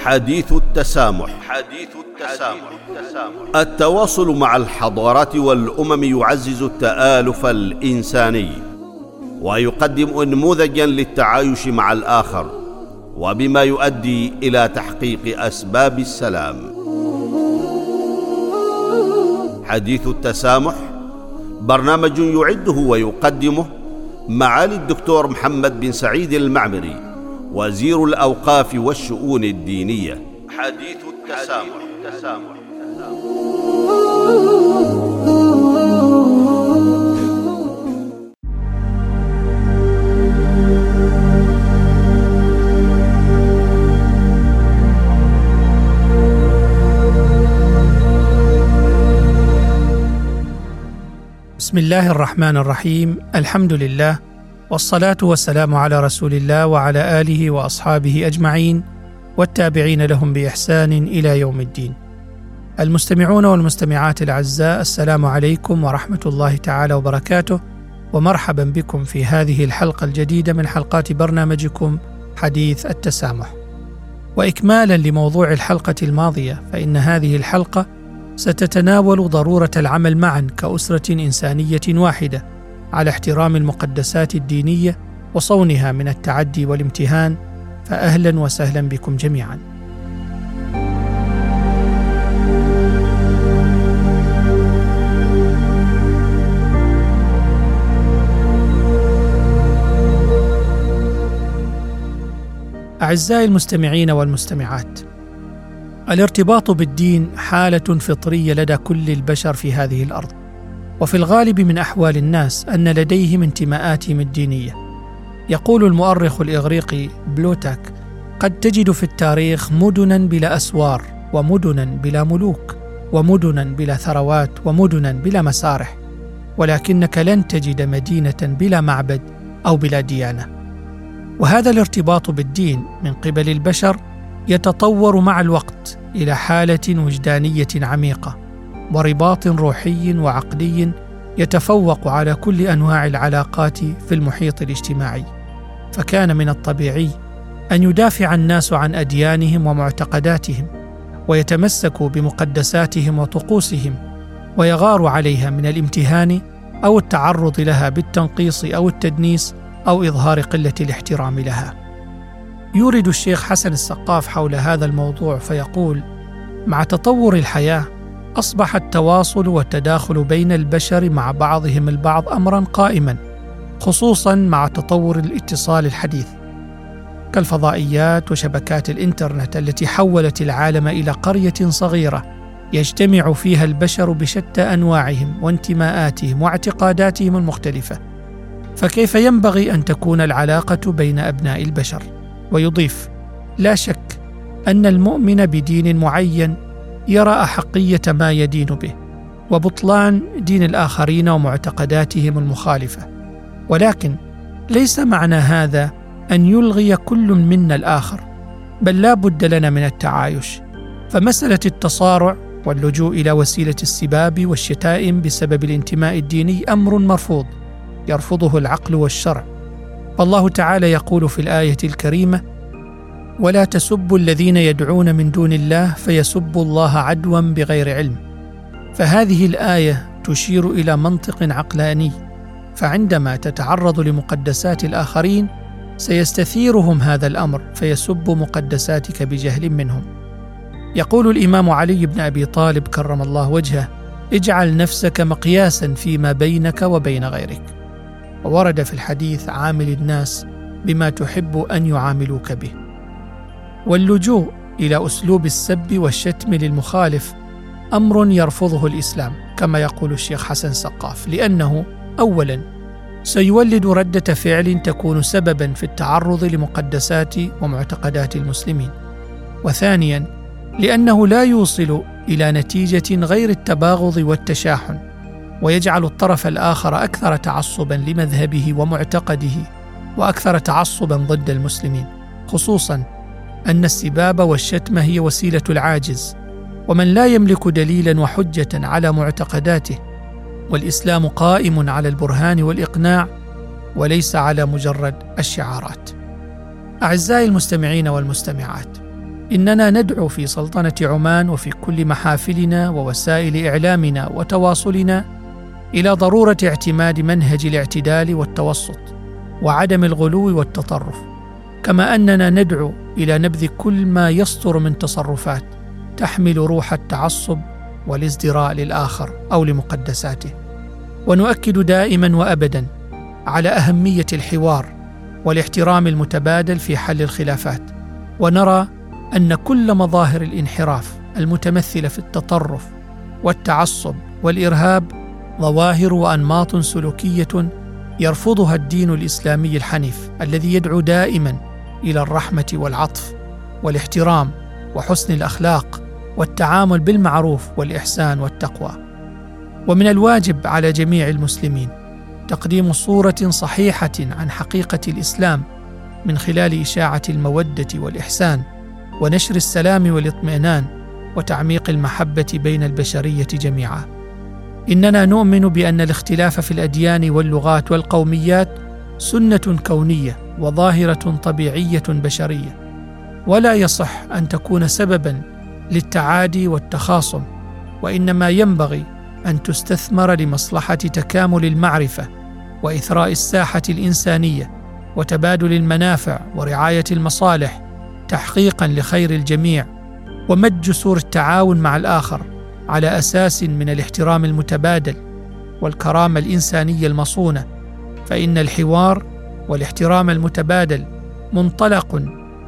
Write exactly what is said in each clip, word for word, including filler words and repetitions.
حديث التسامح. حديث التسامح. التواصل مع الحضارات والأمم يعزز التآلف الإنساني ويقدم نموذجا للتعايش مع الآخر، وبما يؤدي إلى تحقيق أسباب السلام. حديث التسامح برنامج يعده ويقدمه معالي الدكتور محمد بن سعيد المعمري، وزير الأوقاف والشؤون الدينية. حديث التسامح. بسم الله الرحمن الرحيم. الحمد لله، والصلاة والسلام على رسول الله وعلى آله وأصحابه أجمعين والتابعين لهم بإحسان إلى يوم الدين. المستمعون والمستمعات الأعزاء، السلام عليكم ورحمة الله تعالى وبركاته، ومرحبا بكم في هذه الحلقة الجديدة من حلقات برنامجكم حديث التسامح. وإكمالا لموضوع الحلقة الماضية، فإن هذه الحلقة ستتناول ضرورة العمل معا كأسرة إنسانية واحدة على احترام المقدسات الدينية وصونها من التعدي والامتهان، فأهلا وسهلا بكم جميعا. أعزائي المستمعين والمستمعات، الارتباط بالدين حالة فطرية لدى كل البشر في هذه الأرض، وفي الغالب من أحوال الناس أن لديهم انتماءاتهم الدينية. يقول المؤرخ الإغريقي بلوتاك: قد تجد في التاريخ مدنا بلا أسوار، ومدنا بلا ملوك، ومدنا بلا ثروات، ومدنا بلا مسارح، ولكنك لن تجد مدينة بلا معبد أو بلا ديانة. وهذا الارتباط بالدين من قبل البشر يتطور مع الوقت إلى حالة وجدانية عميقة، ورباط روحي وعقلي يتفوق على كل أنواع العلاقات في المحيط الاجتماعي. فكان من الطبيعي أن يدافع الناس عن أديانهم ومعتقداتهم، ويتمسكوا بمقدساتهم وطقوسهم، ويغار عليها من الامتهان أو التعرض لها بالتنقيص أو التدنيس أو إظهار قلة الاحترام لها. يورد الشيخ حسن السقاف حول هذا الموضوع فيقول: مع تطور الحياة أصبح التواصل والتداخل بين البشر مع بعضهم البعض أمرا قائما، خصوصا مع تطور الاتصال الحديث كالفضائيات وشبكات الإنترنت التي حولت العالم إلى قرية صغيرة يجتمع فيها البشر بشتى أنواعهم وانتماءاتهم واعتقاداتهم المختلفة. فكيف ينبغي أن تكون العلاقة بين أبناء البشر؟ ويضيف: لا شك أن المؤمن بدين معين يرى أحقية ما يدين به وبطلان دين الآخرين ومعتقداتهم المخالفة، ولكن ليس معنى هذا أن يلغي كل منا الآخر، بل لا بد لنا من التعايش. فمسألة التصارع واللجوء إلى وسيلة السباب والشتائم بسبب الانتماء الديني أمر مرفوض يرفضه العقل والشرع. فالله تعالى يقول في الآية الكريمة: ولا تسبوا الذين يدعون من دون الله فيسبوا الله عدوا بغير علم. فهذه الآية تشير إلى منطق عقلاني، فعندما تتعرض لمقدسات الآخرين سيستثيرهم هذا الأمر فيسب مقدساتك بجهل منهم. يقول الإمام علي بن أبي طالب كرم الله وجهه: اجعل نفسك مقياسا فيما بينك وبين غيرك. وورد في الحديث: عامل الناس بما تحب أن يعاملوك به. واللجوء إلى أسلوب السب والشتم للمخالف أمر يرفضه الإسلام، كما يقول الشيخ حسن سقاف، لأنه أولا سيولد ردة فعل تكون سببا في التعرض لمقدسات ومعتقدات المسلمين، وثانيا لأنه لا يوصل إلى نتيجة غير التباغض والتشاحن، ويجعل الطرف الآخر أكثر تعصبا لمذهبه ومعتقده وأكثر تعصبا ضد المسلمين، خصوصا أن السباب والشتم هي وسيلة العاجز، ومن لا يملك دليلا وحجة على معتقداته، والإسلام قائم على البرهان والإقناع وليس على مجرد الشعارات. أعزائي المستمعين والمستمعات، إننا ندعو في سلطنة عمان وفي كل محافلنا ووسائل إعلامنا وتواصلنا إلى ضرورة اعتماد منهج الاعتدال والتوسط وعدم الغلو والتطرف، كما أننا ندعو إلى نبذ كل ما يصدر من تصرفات تحمل روح التعصب والازدراء للآخر أو لمقدساته. ونؤكد دائما وأبدا على أهمية الحوار والاحترام المتبادل في حل الخلافات، ونرى أن كل مظاهر الانحراف المتمثلة في التطرف والتعصب والإرهاب ظواهر وأنماط سلوكية يرفضها الدين الإسلامي الحنيف الذي يدعو دائما إلى الرحمة والعطف والاحترام وحسن الأخلاق والتعامل بالمعروف والإحسان والتقوى. ومن الواجب على جميع المسلمين تقديم صورة صحيحة عن حقيقة الإسلام من خلال إشاعة المودة والإحسان ونشر السلام والاطمئنان وتعميق المحبة بين البشرية جميعا. إننا نؤمن بأن الاختلاف في الأديان واللغات والقوميات سنة كونية وظاهرة طبيعية بشرية، ولا يصح أن تكون سبباً للتعادي والتخاصم، وإنما ينبغي أن تستثمر لمصلحة تكامل المعرفة وإثراء الساحة الإنسانية وتبادل المنافع ورعاية المصالح تحقيقاً لخير الجميع، ومد جسور التعاون مع الآخر على أساس من الاحترام المتبادل والكرامة الإنسانية المصونة. فإن الحوار والاحترام المتبادل منطلق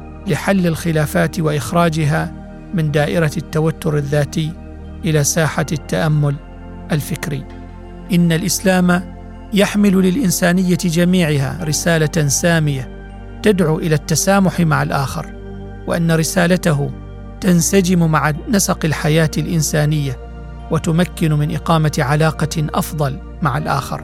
لحل الخلافات وإخراجها من دائرة التوتر الذاتي إلى ساحة التأمل الفكري. إن الإسلام يحمل للإنسانية جميعها رسالة سامية تدعو إلى التسامح مع الآخر، وأن رسالته تنسجم مع نسق الحياة الإنسانية وتمكن من إقامة علاقة أفضل مع الآخر.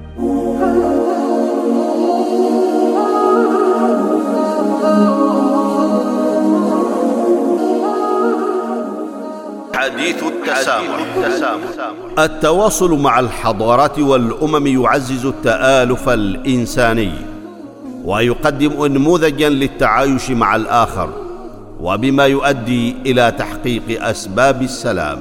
حديث التسامح. التواصل مع الحضارات والأمم يعزز التآلف الإنساني ويقدم نموذجا للتعايش مع الآخر، وبما يؤدي إلى تحقيق أسباب السلام.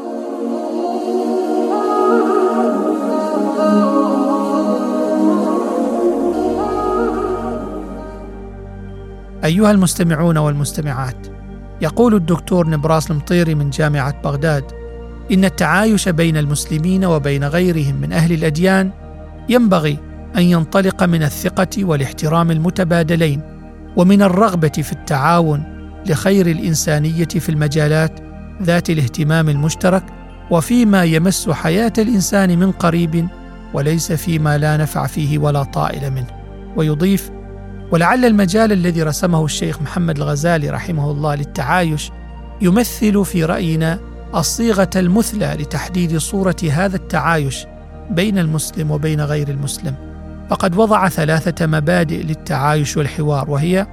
أيها المستمعون والمستمعات، يقول الدكتور نبراس المطيري من جامعة بغداد إن التعايش بين المسلمين وبين غيرهم من أهل الأديان ينبغي أن ينطلق من الثقة والاحترام المتبادلين، ومن الرغبة في التعاون لخير الإنسانية في المجالات ذات الاهتمام المشترك، وفيما يمس حياة الإنسان من قريب، وليس فيما لا نفع فيه ولا طائل منه. ويضيف: ولعل المجال الذي رسمه الشيخ محمد الغزالي رحمه الله للتعايش يمثل في رأينا الصيغة المثلى لتحديد صورة هذا التعايش بين المسلم وبين غير المسلم. فقد وضع ثلاثة مبادئ للتعايش والحوار، وهي: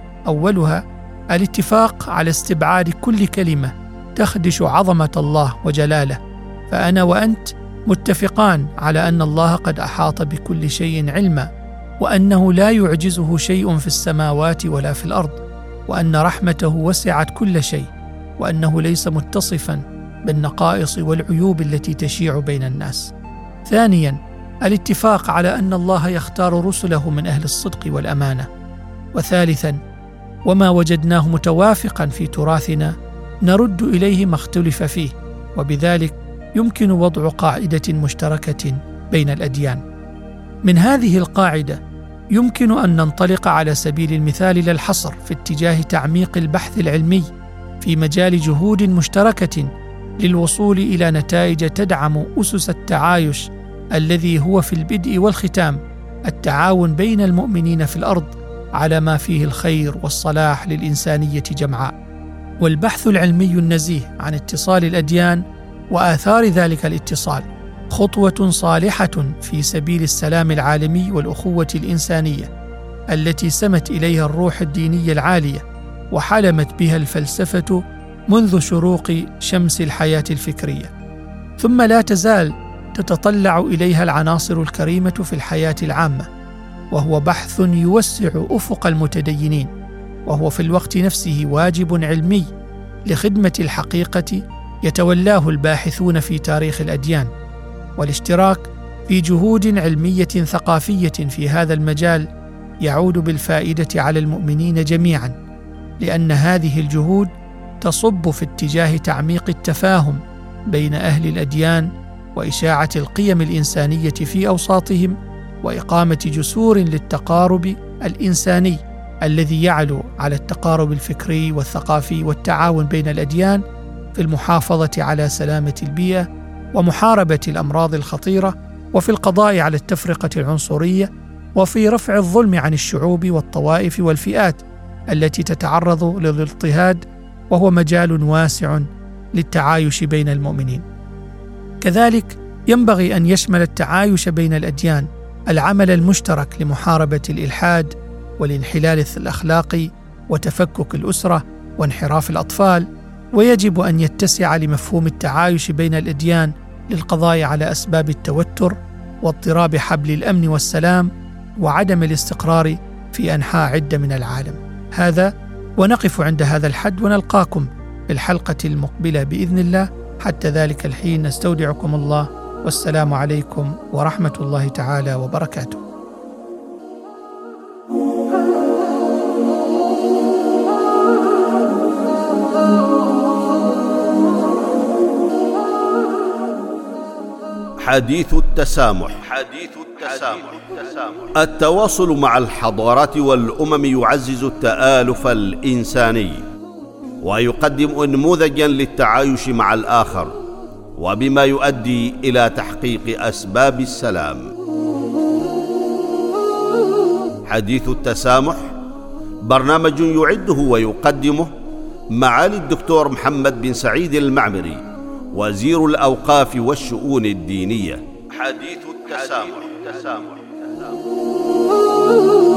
أولها الاتفاق على استبعاد كل كلمة تخدش عظمة الله وجلاله، فأنا وأنت متفقان على أن الله قد أحاط بكل شيء علما، وأنه لا يعجزه شيء في السماوات ولا في الأرض، وأن رحمته وسعت كل شيء، وأنه ليس متصفا بالنقائص والعيوب التي تشيع بين الناس. ثانيا الاتفاق على أن الله يختار رسله من أهل الصدق والأمانة. وثالثا وما وجدناه متوافقا في تراثنا نرد إليه ما اختلف فيه، وبذلك يمكن وضع قاعدة مشتركة بين الأديان. من هذه القاعدة يمكن أن ننطلق على سبيل المثال لا الحصر في اتجاه تعميق البحث العلمي في مجال جهود مشتركة للوصول إلى نتائج تدعم أسس التعايش الذي هو في البدء والختام التعاون بين المؤمنين في الأرض على ما فيه الخير والصلاح للإنسانية جمعاء. والبحث العلمي النزيه عن اتصال الأديان وآثار ذلك الاتصال خطوة صالحة في سبيل السلام العالمي والأخوة الإنسانية التي سمت إليها الروح الدينية العالية وحلمت بها الفلسفة منذ شروق شمس الحياة الفكرية، ثم لا تزال تتطلع إليها العناصر الكريمة في الحياة العامة، وهو بحث يوسع أفق المتدينين وهو في الوقت نفسه واجب علمي لخدمة الحقيقة يتولاه الباحثون في تاريخ الأديان، والاشتراك في جهود علمية ثقافية في هذا المجال يعود بالفائدة على المؤمنين جميعا، لأن هذه الجهود تصب في اتجاه تعميق التفاهم بين أهل الأديان وإشاعة القيم الإنسانية في أوساطهم، وإقامة جسور للتقارب الإنساني الذي يعلو على التقارب الفكري والثقافي والتعاون بين الأديان في المحافظة على سلامة البيئة ومحاربة الأمراض الخطيرة، وفي القضاء على التفرقة العنصرية، وفي رفع الظلم عن الشعوب والطوائف والفئات التي تتعرض للاضطهاد، وهو مجال واسع للتعايش بين المؤمنين. كذلك ينبغي أن يشمل التعايش بين الأديان العمل المشترك لمحاربة الإلحاد والانحلال الأخلاقي وتفكك الأسرة وانحراف الأطفال، ويجب أن يتسع لمفهوم التعايش بين الأديان للقضاء على أسباب التوتر واضطراب حبل الأمن والسلام وعدم الاستقرار في أنحاء عدة من العالم. هذا ونقف عند هذا الحد، ونلقاكم في الحلقة المقبلة بإذن الله. حتى ذلك الحين نستودعكم الله، والسلام عليكم ورحمة الله تعالى وبركاته. حديث التسامح. حديث التسامح. التواصل مع الحضارات والأمم يعزز التآلف الإنساني، ويقدم نموذجا للتعايش مع الآخر، وبما يؤدي إلى تحقيق أسباب السلام. حديث التسامح برنامج يعده ويقدمه معالي الدكتور محمد بن سعيد المعمري، وزير الأوقاف والشؤون الدينية. حديث التسامح.